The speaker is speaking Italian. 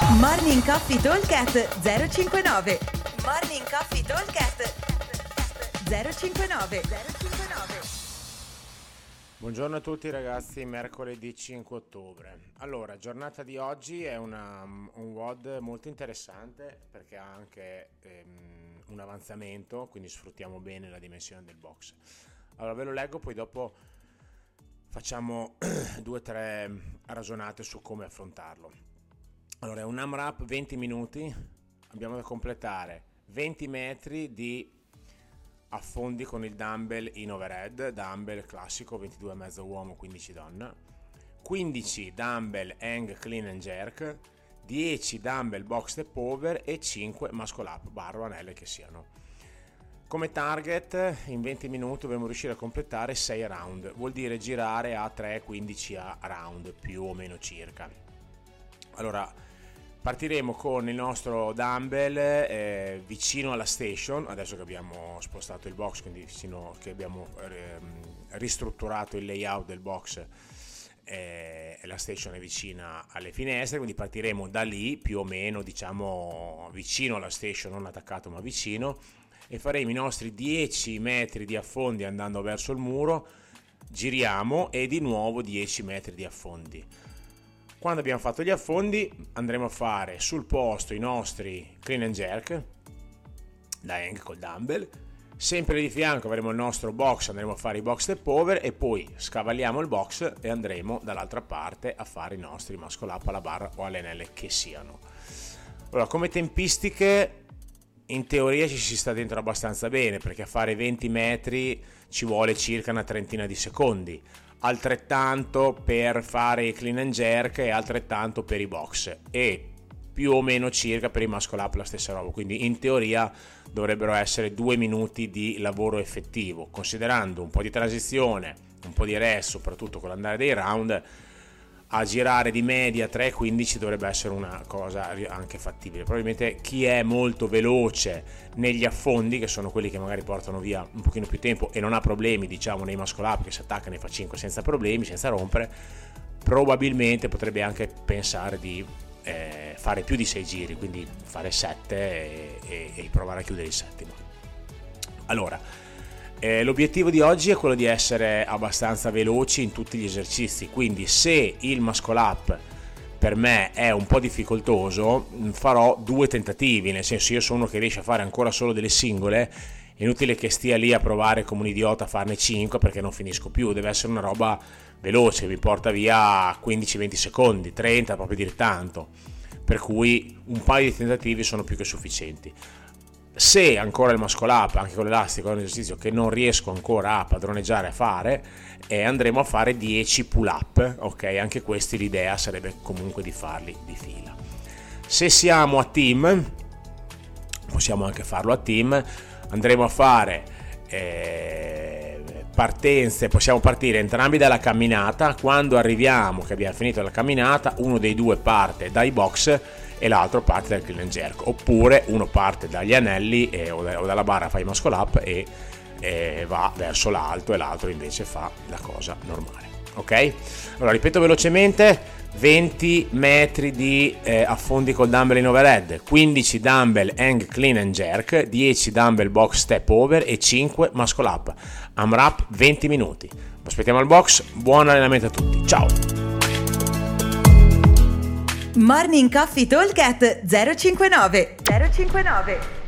Morning Coffee Talkcast 059. Morning Coffee Talkcast 059. Buongiorno a tutti ragazzi, mercoledì 5 ottobre. Allora, giornata di oggi è un WOD molto interessante perché ha anche un avanzamento, quindi sfruttiamo bene la dimensione del box. Allora ve lo leggo, poi dopo facciamo 2 o 3 ragionate su come affrontarlo. Allora, è un AMRAP 20 minuti, abbiamo da completare 20 metri di affondi con il dumbbell in overhead, dumbbell classico 22,5 uomo, 15 donna, 15 dumbbell hang clean and jerk, 10 dumbbell box step over e 5 muscle up, barra o anelle che siano. Come target in 20 minuti dovremo riuscire a completare 6 round, vuol dire girare a 3-15 a round più o meno circa. Allora partiremo con il nostro dumbbell vicino alla station, adesso che abbiamo spostato il box, quindi vicino, che abbiamo ristrutturato il layout del box, la station è vicina alle finestre, quindi partiremo da lì più o meno, diciamo vicino alla station, non attaccato ma vicino, e faremo i nostri 10 metri di affondi andando verso il muro, giriamo e di nuovo 10 metri di affondi. Quando abbiamo fatto gli affondi andremo a fare sul posto i nostri clean and jerk da hang col dumbbell, sempre di fianco avremo il nostro box, andremo a fare i box step over e poi scavalliamo il box e andremo dall'altra parte a fare i nostri muscle up alla barra o alle anelle che siano. Allora, come tempistiche in teoria ci si sta dentro abbastanza bene, perché a fare 20 metri ci vuole circa una trentina di secondi, altrettanto per fare i clean and jerk e altrettanto per i box e più o meno circa per i muscle up la stessa roba, quindi in teoria dovrebbero essere 2 minuti di lavoro effettivo, considerando un po' di transizione, un po' di rest, soprattutto con l'andare dei round. A girare di media 3-15 dovrebbe essere una cosa anche fattibile. Probabilmente chi è molto veloce negli affondi, che sono quelli che magari portano via un pochino più tempo e non ha problemi, diciamo, nei muscle up, che si attacca e ne fa 5 senza problemi, senza rompere, probabilmente potrebbe anche pensare di fare più di 6 giri, quindi fare 7 e provare a chiudere il settimo. Allora, l'obiettivo di oggi è quello di essere abbastanza veloci in tutti gli esercizi, quindi se il muscle up per me è un po' difficoltoso farò 2 tentativi, nel senso, io sono uno che riesce a fare ancora solo delle singole, è inutile che stia lì a provare come un idiota a farne 5 perché non finisco più, deve essere una roba veloce che mi porta via 15-20 secondi, 30 proprio dire tanto, per cui un paio di tentativi sono più che sufficienti. Se ancora il muscle up, anche con l'elastico, è un esercizio che non riesco ancora a padroneggiare a fare, andremo a fare 10 pull up, ok? Anche questi l'idea sarebbe comunque di farli di fila. Se siamo a team, possiamo anche farlo a team, andremo a fare partenze, possiamo partire entrambi dalla camminata, quando arriviamo che abbiamo finito la camminata, uno dei due parte dai box e l'altro parte dal clean and jerk, oppure uno parte dagli anelli o dalla barra, fa i muscle up e va verso l'alto e l'altro invece fa la cosa normale, ok? Allora ripeto velocemente: 20 metri di affondi col dumbbell in overhead, 15 dumbbell hang clean and jerk, 10 dumbbell box step over e 5 muscle up. AMRAP 20 minuti. Vi aspettiamo al box, buon allenamento a tutti, ciao! Morning Coffee Talkcast 059.